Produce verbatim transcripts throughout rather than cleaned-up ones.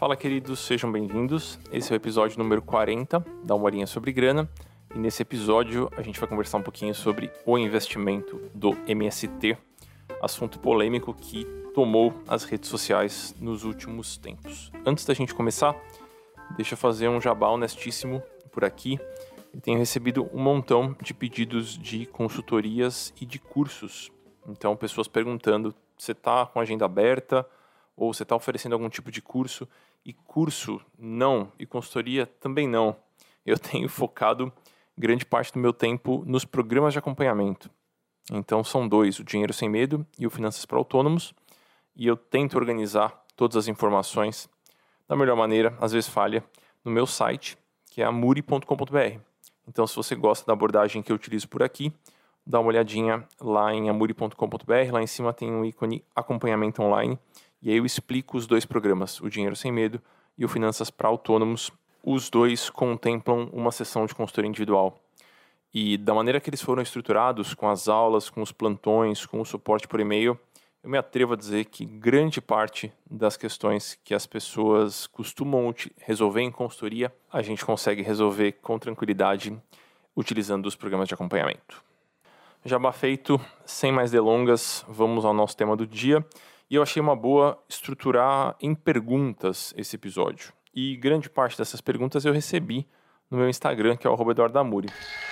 Fala, queridos, sejam bem-vindos. Esse é o episódio número quarenta da Uma Horinha sobre Grana. E nesse episódio a gente vai conversar um pouquinho sobre o investimento do M S T, assunto polêmico que tomou as redes sociais nos últimos tempos. Antes da gente começar, deixa eu fazer um jabá honestíssimo por aqui. Eu tenho recebido um montão de pedidos de consultorias e de cursos. Então, pessoas perguntando, você está com a agenda aberta ou você está oferecendo algum tipo de curso? E curso, não. E consultoria, também não. Eu tenho focado grande parte do meu tempo nos programas de acompanhamento. Então, são dois, o Dinheiro Sem Medo e o Finanças para Autônomos. E eu tento organizar todas as informações da melhor maneira, às vezes falha, no meu site, que é amuri ponto com ponto b r. Então, se você gosta da abordagem que eu utilizo por aqui, dá uma olhadinha lá em amuri ponto com ponto b r. Lá em cima tem um ícone Acompanhamento Online. E aí eu explico os dois programas, o Dinheiro Sem Medo e o Finanças para Autônomos. Os dois contemplam uma sessão de consultoria individual. E da maneira que eles foram estruturados, com as aulas, com os plantões, com o suporte por e-mail, eu me atrevo a dizer que grande parte das questões que as pessoas costumam resolver em consultoria, a gente consegue resolver com tranquilidade utilizando os programas de acompanhamento. Jabá feito, sem mais delongas, vamos ao nosso tema do dia. E eu achei uma boa estruturar em perguntas esse episódio. E grande parte dessas perguntas eu recebi no meu Instagram, que é o arroba Eduardo Amuri.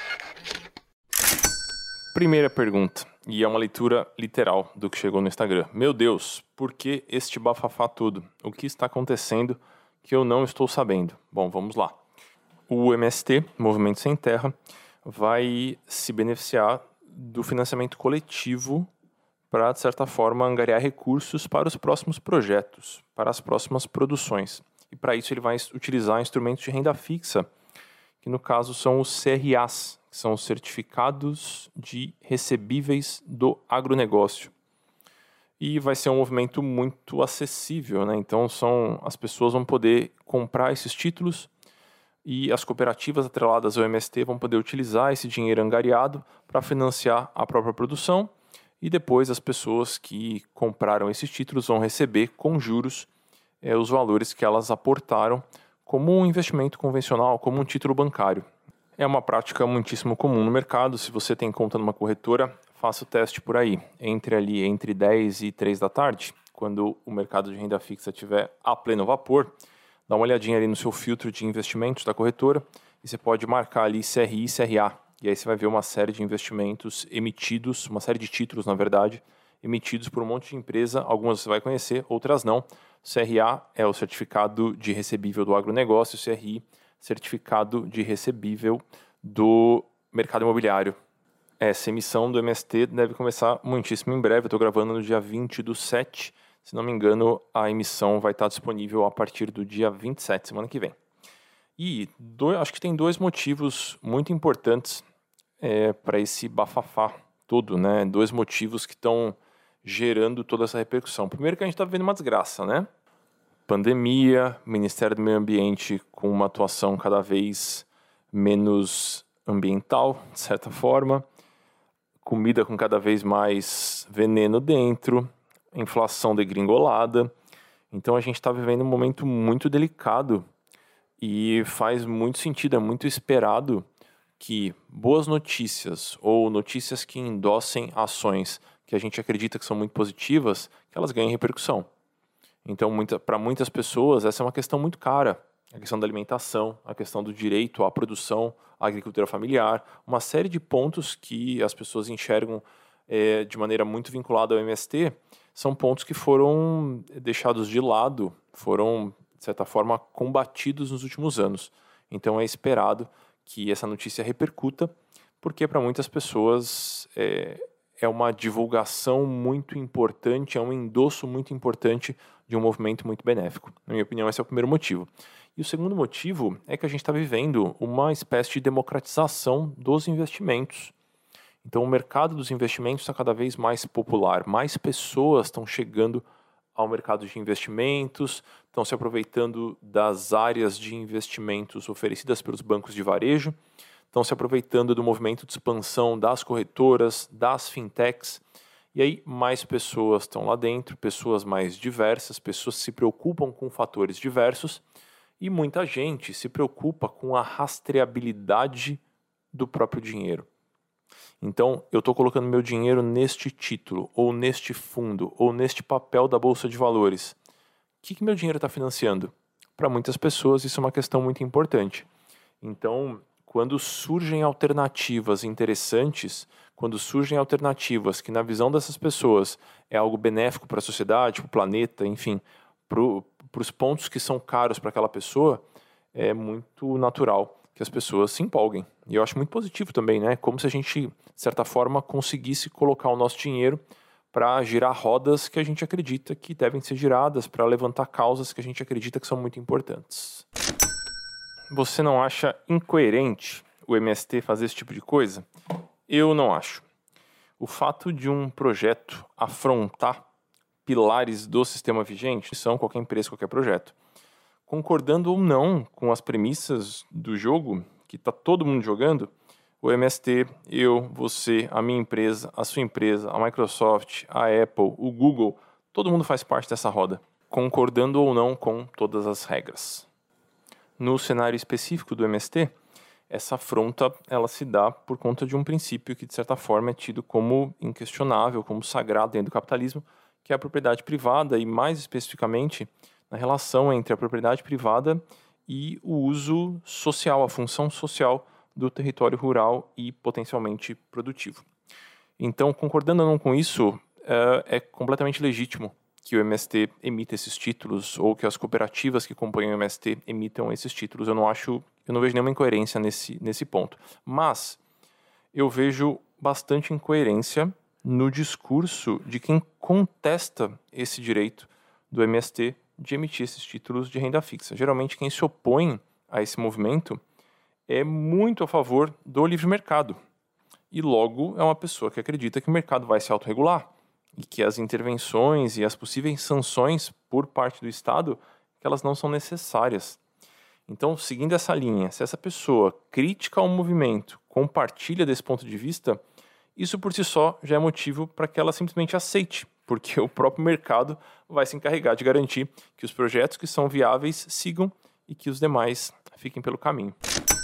Primeira pergunta, e é uma leitura literal do que chegou no Instagram. Meu Deus, por que este bafafá todo? O que está acontecendo que eu não estou sabendo? Bom, vamos lá. O M S T, Movimento Sem Terra, vai se beneficiar do financiamento coletivo para, de certa forma, angariar recursos para os próximos projetos, para as próximas produções. E para isso ele vai utilizar instrumentos de renda fixa, que no caso são os C R As, que são os Certificados de Recebíveis do Agronegócio. E vai ser um movimento muito acessível, né? Então são, as pessoas vão poder comprar esses títulos e as cooperativas atreladas ao M S T vão poder utilizar esse dinheiro angariado para financiar a própria produção. E depois as pessoas que compraram esses títulos vão receber com juros é, os valores que elas aportaram como um investimento convencional, como um título bancário. É uma prática muitíssimo comum no mercado. Se você tem conta numa corretora, faça o teste por aí. Entre ali entre dez e três da tarde, quando o mercado de renda fixa estiver a pleno vapor, dá uma olhadinha ali no seu filtro de investimentos da corretora e você pode marcar ali C R I e C R A. E aí você vai ver uma série de investimentos emitidos, uma série de títulos, na verdade, emitidos por um monte de empresa. Algumas você vai conhecer, outras não. C R A é o Certificado de Recebível do Agronegócio, C R I, Certificado de Recebível do Mercado Imobiliário. Essa emissão do M S T deve começar muitíssimo em breve. Eu estou gravando no dia vinte do sete. Se não me engano, a emissão vai estar disponível a partir do dia vinte e sete, semana que vem. E do, acho que tem dois motivos muito importantes É, para esse bafafá todo, né? Dois motivos que estão gerando toda essa repercussão. Primeiro que a gente está vivendo uma desgraça, né? Pandemia, Ministério do Meio Ambiente com uma atuação cada vez menos ambiental, de certa forma, comida com cada vez mais veneno dentro, inflação degringolada. Então a gente está vivendo um momento muito delicado e faz muito sentido, é muito esperado que boas notícias ou notícias que endossem ações que a gente acredita que são muito positivas, que elas ganhem repercussão. Então, muita, para muitas pessoas, essa é uma questão muito cara. A questão da alimentação, a questão do direito à produção, à agricultura familiar, uma série de pontos que as pessoas enxergam é, de maneira muito vinculada ao M S T, são pontos que foram deixados de lado, foram, de certa forma, combatidos nos últimos anos. Então, é esperado que essa notícia repercuta, porque para muitas pessoas é, é uma divulgação muito importante, é um endosso muito importante de um movimento muito benéfico. Na minha opinião, esse é o primeiro motivo. E o segundo motivo é que a gente está vivendo uma espécie de democratização dos investimentos. Então, o mercado dos investimentos está cada vez mais popular, mais pessoas estão chegando ao mercado de investimentos, estão se aproveitando das áreas de investimentos oferecidas pelos bancos de varejo, estão se aproveitando do movimento de expansão das corretoras, das fintechs, E aí mais pessoas estão lá dentro, pessoas mais diversas, pessoas que se preocupam com fatores diversos e muita gente se preocupa com a rastreabilidade do próprio dinheiro. Então, eu estou colocando meu dinheiro neste título, ou neste fundo, ou neste papel da Bolsa de Valores. O que, que meu dinheiro está financiando? Para muitas pessoas isso é uma questão muito importante. Então, quando surgem alternativas interessantes, quando surgem alternativas que na visão dessas pessoas é algo benéfico para a sociedade, para o planeta, enfim, para os pontos que são caros para aquela pessoa, é muito natural que as pessoas se empolguem. E eu acho muito positivo também, né? Como se a gente, de certa forma, conseguisse colocar o nosso dinheiro para girar rodas que a gente acredita que devem ser giradas, para levantar causas que a gente acredita que são muito importantes. Você não acha incoerente o M S T fazer esse tipo de coisa? Eu não acho. O fato de um projeto afrontar pilares do sistema vigente são qualquer empresa, qualquer projeto. Concordando ou não com as premissas do jogo, que está todo mundo jogando, o M S T, eu, você, a minha empresa, a sua empresa, a Microsoft, a Apple, o Google, todo mundo faz parte dessa roda, concordando ou não com todas as regras. No cenário específico do M S T, essa afronta ela se dá por conta de um princípio que, de certa forma, é tido como inquestionável, como sagrado dentro do capitalismo, que é a propriedade privada e, mais especificamente, na relação entre a propriedade privada e o uso social, a função social do território rural e potencialmente produtivo. Então, concordando ou não com isso, é, é completamente legítimo que o M S T emita esses títulos ou que as cooperativas que compõem o M S T emitam esses títulos. Eu não acho, eu não vejo nenhuma incoerência nesse, nesse ponto. Mas eu vejo bastante incoerência no discurso de quem contesta esse direito do M S T de emitir esses títulos de renda fixa. Geralmente quem se opõe a esse movimento é muito a favor do livre mercado. E logo é uma pessoa que acredita que o mercado vai se autorregular e que as intervenções e as possíveis sanções por parte do Estado, que elas não são necessárias. Então, seguindo essa linha, se essa pessoa crítica ao movimento, compartilha desse ponto de vista, isso por si só já é motivo para que ela simplesmente aceite, porque o próprio mercado vai se encarregar de garantir que os projetos que são viáveis sigam e que os demais fiquem pelo caminho.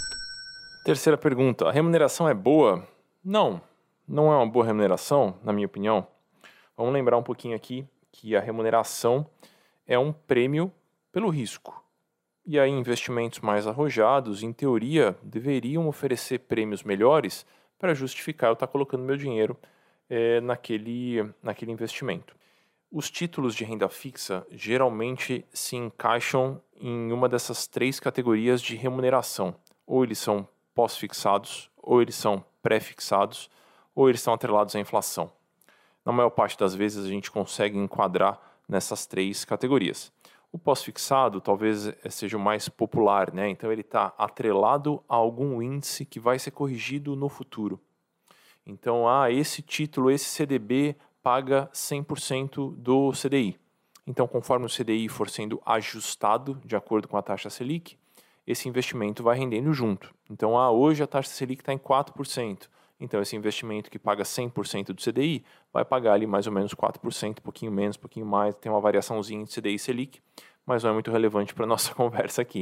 Terceira pergunta, a remuneração é boa? Não, não é uma boa remuneração, na minha opinião. Vamos lembrar um pouquinho aqui que a remuneração é um prêmio pelo risco. E aí investimentos mais arrojados, em teoria, deveriam oferecer prêmios melhores para justificar eu estar colocando meu dinheiro é, naquele, naquele investimento. Os títulos de renda fixa geralmente se encaixam em uma dessas três categorias de remuneração. Ou eles são pós-fixados, ou eles são pré-fixados, ou eles estão atrelados à inflação. Na maior parte das vezes a gente consegue enquadrar nessas três categorias. O pós-fixado talvez seja o mais popular, né? Então ele está atrelado a algum índice que vai ser corrigido no futuro. Então, ah, esse título, esse C D B paga cem por cento do C D I. Então, conforme o C D I for sendo ajustado de acordo com a taxa Selic, esse investimento vai rendendo junto. Então, ah, hoje a taxa Selic está em quatro por cento. Então, esse investimento que paga cem por cento do C D I vai pagar ali mais ou menos quatro por cento, um pouquinho menos, um pouquinho mais. Tem uma variaçãozinha de C D I e Selic, mas não é muito relevante para a nossa conversa aqui.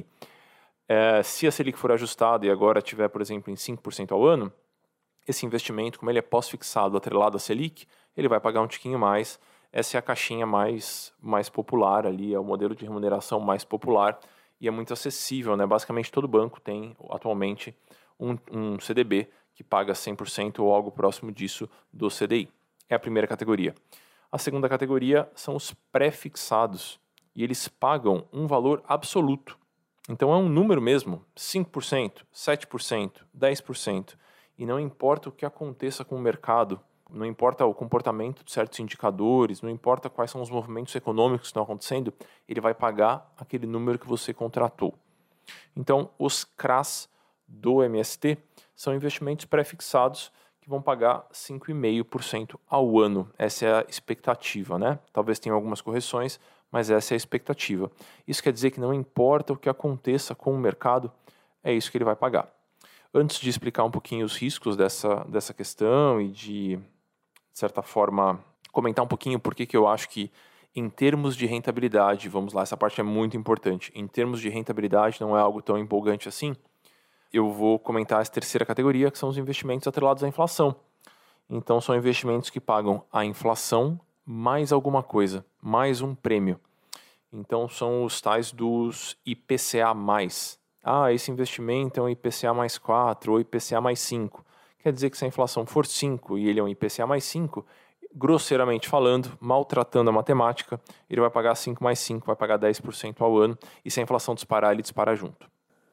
É, se a Selic for ajustada e agora estiver, por exemplo, em cinco por cento ao ano, esse investimento, como ele é pós-fixado, atrelado à Selic, ele vai pagar um tiquinho mais. Essa é a caixinha mais, mais popular ali, é o modelo de remuneração mais popular e é muito acessível, né? Basicamente, todo banco tem, atualmente, um, um C D B que paga cem por cento ou algo próximo disso do C D I. É a primeira categoria. A segunda categoria são os pré-fixados, e eles pagam um valor absoluto. Então é um número mesmo, cinco por cento, sete por cento, dez por cento, e não importa o que aconteça com o mercado, não importa o comportamento de certos indicadores, não importa quais são os movimentos econômicos que estão acontecendo, ele vai pagar aquele número que você contratou. Então, os C R As do M S T são investimentos pré-fixados que vão pagar cinco vírgula cinco por cento ao ano. Essa é a expectativa, né? Talvez tenha algumas correções, mas essa é a expectativa. Isso quer dizer que não importa o que aconteça com o mercado, é isso que ele vai pagar. Antes de explicar um pouquinho os riscos dessa, dessa questão e de, de certa forma, comentar um pouquinho por que que eu acho que, em termos de rentabilidade, vamos lá, essa parte é muito importante, em termos de rentabilidade não é algo tão empolgante assim. Eu vou comentar essa terceira categoria, que são os investimentos atrelados à inflação. Então, são investimentos que pagam a inflação mais alguma coisa, mais um prêmio. Então, são os tais dos I P C A mais. Ah, esse investimento é um I P C A mais quatro ou I P C A mais cinco. Quer dizer que se a inflação for cinco e ele é um I P C A mais cinco, grosseiramente falando, maltratando a matemática, ele vai pagar cinco mais cinco, vai pagar dez por cento ao ano, e se a inflação disparar, ele dispara junto.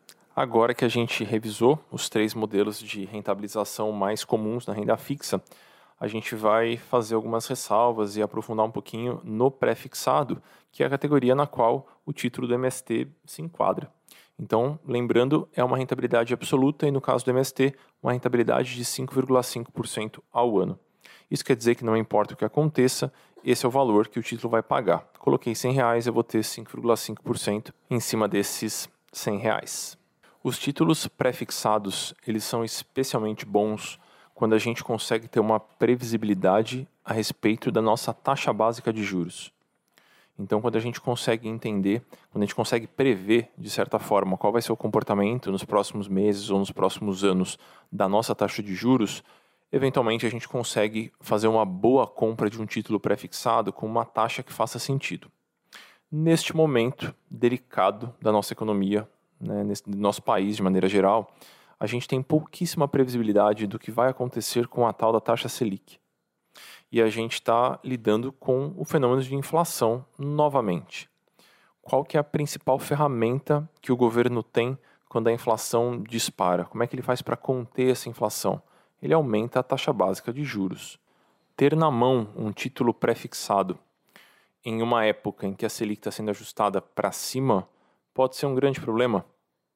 Agora que a gente revisou os três modelos de rentabilização mais comuns na renda fixa, a gente vai fazer algumas ressalvas e aprofundar um pouquinho no pré-fixado, que é a categoria na qual o título do M S T se enquadra. Então, lembrando, é uma rentabilidade absoluta e, no caso do M S T, uma rentabilidade de cinco vírgula cinco por cento ao ano. Isso quer dizer que não importa o que aconteça, esse é o valor que o título vai pagar. Coloquei cem reais, eu vou ter cinco vírgula cinco por cento em cima desses cem reais. Os títulos pré-fixados, eles são especialmente bons quando a gente consegue ter uma previsibilidade a respeito da nossa taxa básica de juros. Então, quando a gente consegue entender, quando a gente consegue prever, de certa forma, qual vai ser o comportamento nos próximos meses ou nos próximos anos da nossa taxa de juros, eventualmente a gente consegue fazer uma boa compra de um título pré-fixado com uma taxa que faça sentido. Neste momento delicado da nossa economia, né, nesse nosso país de maneira geral, a gente tem pouquíssima previsibilidade do que vai acontecer com a tal da taxa Selic. E a gente está lidando com o fenômeno de inflação novamente. Qual que é a principal ferramenta que o governo tem quando a inflação dispara? Como é que ele faz para conter essa inflação? Ele aumenta a taxa básica de juros. Ter na mão um título pré-fixado em uma época em que a Selic está sendo ajustada para cima pode ser um grande problema,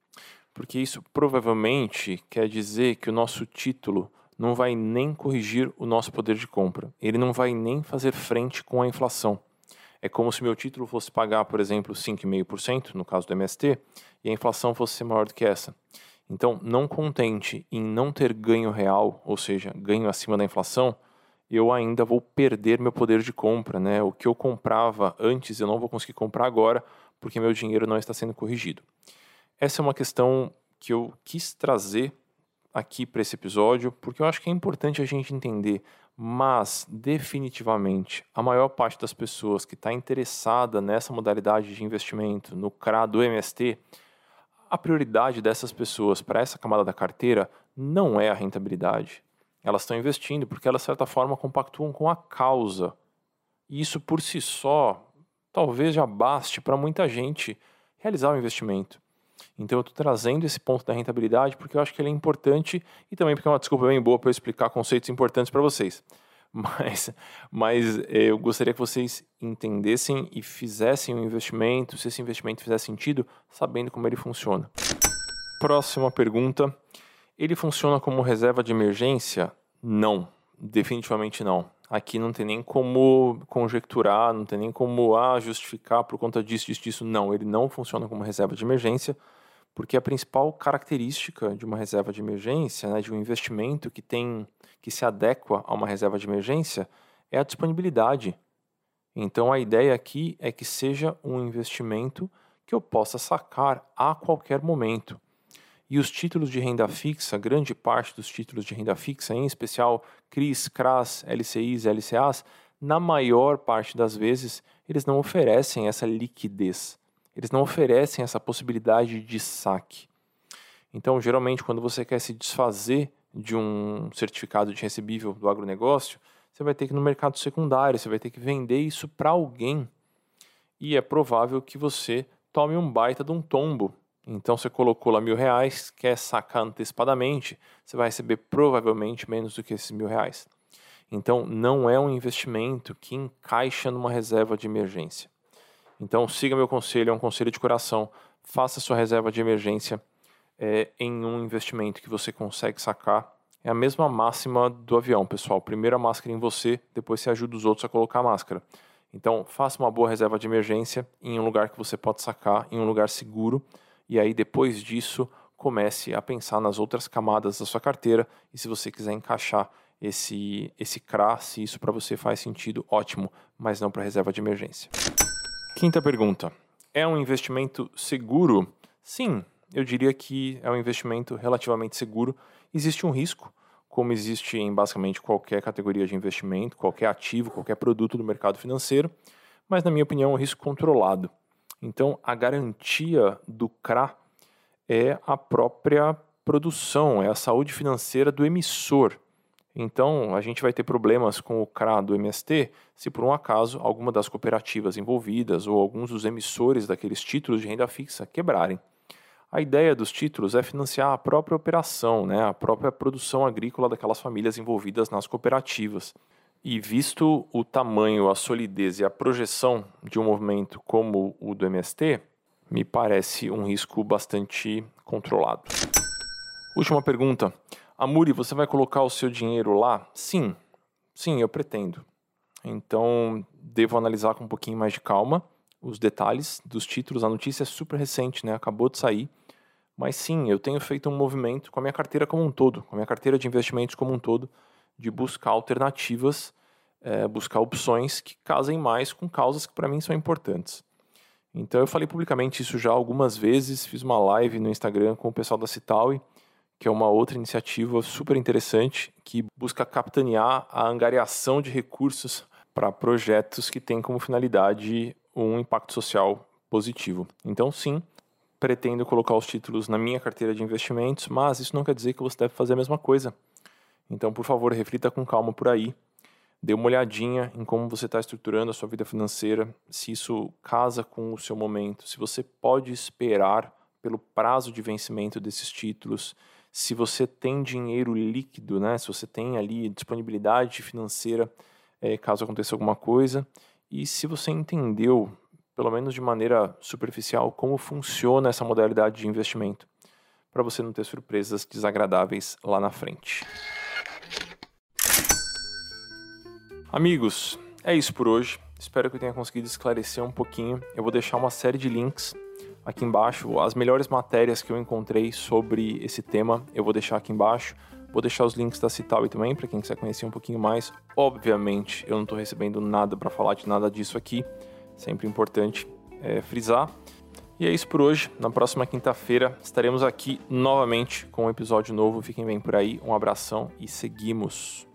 porque isso provavelmente quer dizer que o nosso título não vai nem corrigir o nosso poder de compra. Ele não vai nem fazer frente com a inflação. É como se meu título fosse pagar, por exemplo, cinco vírgula cinco por cento, no caso do M S T, e a inflação fosse ser maior do que essa. Então, não contente em não ter ganho real, ou seja, ganho acima da inflação, eu ainda vou perder meu poder de compra, né? O que eu comprava antes eu não vou conseguir comprar agora, porque meu dinheiro não está sendo corrigido. Essa é uma questão que eu quis trazer aqui para esse episódio, porque eu acho que é importante a gente entender, mas definitivamente a maior parte das pessoas que está interessada nessa modalidade de investimento, no C R A do M S T, a prioridade dessas pessoas para essa camada da carteira não é a rentabilidade. Elas estão investindo porque elas, de certa forma, compactuam com a causa. E isso por si só, talvez já baste para muita gente realizar o investimento. Então eu estou trazendo esse ponto da rentabilidade porque eu acho que ele é importante e também porque é uma desculpa bem boa para eu explicar conceitos importantes para vocês. Mas, mas eu gostaria que vocês entendessem e fizessem o investimento, se esse investimento fizer sentido, sabendo como ele funciona. Próxima pergunta. Ele funciona como reserva de emergência? Não, definitivamente não. Aqui não tem nem como conjecturar, não tem nem como ah, justificar por conta disso, disso, disso. Não, ele não funciona como reserva de emergência, porque a principal característica de uma reserva de emergência, né, de um investimento que tem, que se adequa a uma reserva de emergência, é a disponibilidade. Então a ideia aqui é que seja um investimento que eu possa sacar a qualquer momento. E os títulos de renda fixa, grande parte dos títulos de renda fixa, em especial C R Is, C R As, L C Is, L C As, na maior parte das vezes, eles não oferecem essa liquidez. Eles não oferecem essa possibilidade de saque. Então, geralmente, quando você quer se desfazer de um certificado de recebível do agronegócio, você vai ter que ir no mercado secundário, você vai ter que vender isso para alguém. E é provável que você tome um baita de um tombo. Então, você colocou lá mil reais, quer sacar antecipadamente, você vai receber provavelmente menos do que esses mil reais. Então, não é um investimento que encaixa numa reserva de emergência. Então, siga meu conselho, é um conselho de coração. Faça sua reserva de emergência é, em um investimento que você consegue sacar. É a mesma máxima do avião, pessoal. Primeiro a máscara em você, depois você ajuda os outros a colocar a máscara. Então, faça uma boa reserva de emergência em um lugar que você pode sacar, em um lugar seguro. E aí, depois disso, comece a pensar nas outras camadas da sua carteira e se você quiser encaixar esse, esse C R A, se isso para você faz sentido, ótimo, mas não para reserva de emergência. Quinta pergunta. É um investimento seguro? Sim, eu diria que é um investimento relativamente seguro. Existe um risco, como existe em basicamente qualquer categoria de investimento, qualquer ativo, qualquer produto do mercado financeiro, mas na minha opinião é um risco controlado. Então a garantia do C R A é a própria produção, é a saúde financeira do emissor. Então, a gente vai ter problemas com o C R A do M S T se, por um acaso, alguma das cooperativas envolvidas ou alguns dos emissores daqueles títulos de renda fixa quebrarem. A ideia dos títulos é financiar a própria operação, né, a própria produção agrícola daquelas famílias envolvidas nas cooperativas. E visto o tamanho, a solidez e a projeção de um movimento como o do M S T, me parece um risco bastante controlado. Última pergunta. Amuri, você vai colocar o seu dinheiro lá? Sim, sim, eu pretendo. Então, devo analisar com um pouquinho mais de calma os detalhes dos títulos. A notícia é super recente, né? Acabou de sair. Mas sim, eu tenho feito um movimento com a minha carteira como um todo, com a minha carteira de investimentos como um todo, de buscar alternativas, é, buscar opções que casem mais com causas que para mim são importantes. Então, eu falei publicamente isso já algumas vezes, fiz uma live no Instagram com o pessoal da Citaui, que é uma outra iniciativa super interessante que busca capitanear a angariação de recursos para projetos que têm como finalidade um impacto social positivo. Então, sim, pretendo colocar os títulos na minha carteira de investimentos, mas isso não quer dizer que você deve fazer a mesma coisa. Então, por favor, reflita com calma por aí, dê uma olhadinha em como você está estruturando a sua vida financeira, se isso casa com o seu momento, se você pode esperar pelo prazo de vencimento desses títulos, se você tem dinheiro líquido, né? Se você tem ali disponibilidade financeira, é, caso aconteça alguma coisa, e se você entendeu, pelo menos de maneira superficial, como funciona essa modalidade de investimento, para você não ter surpresas desagradáveis lá na frente. Amigos, é isso por hoje. Espero que eu tenha conseguido esclarecer um pouquinho. Eu vou deixar uma série de links aqui embaixo, as melhores matérias que eu encontrei sobre esse tema, eu vou deixar aqui embaixo. Vou deixar os links da Citaui também, para quem quiser conhecer um pouquinho mais. Obviamente, eu não estou recebendo nada para falar de nada disso aqui. Sempre importante é, frisar. E é isso por hoje. Na próxima quinta-feira estaremos aqui novamente com um episódio novo. Fiquem bem por aí. Um abração e seguimos.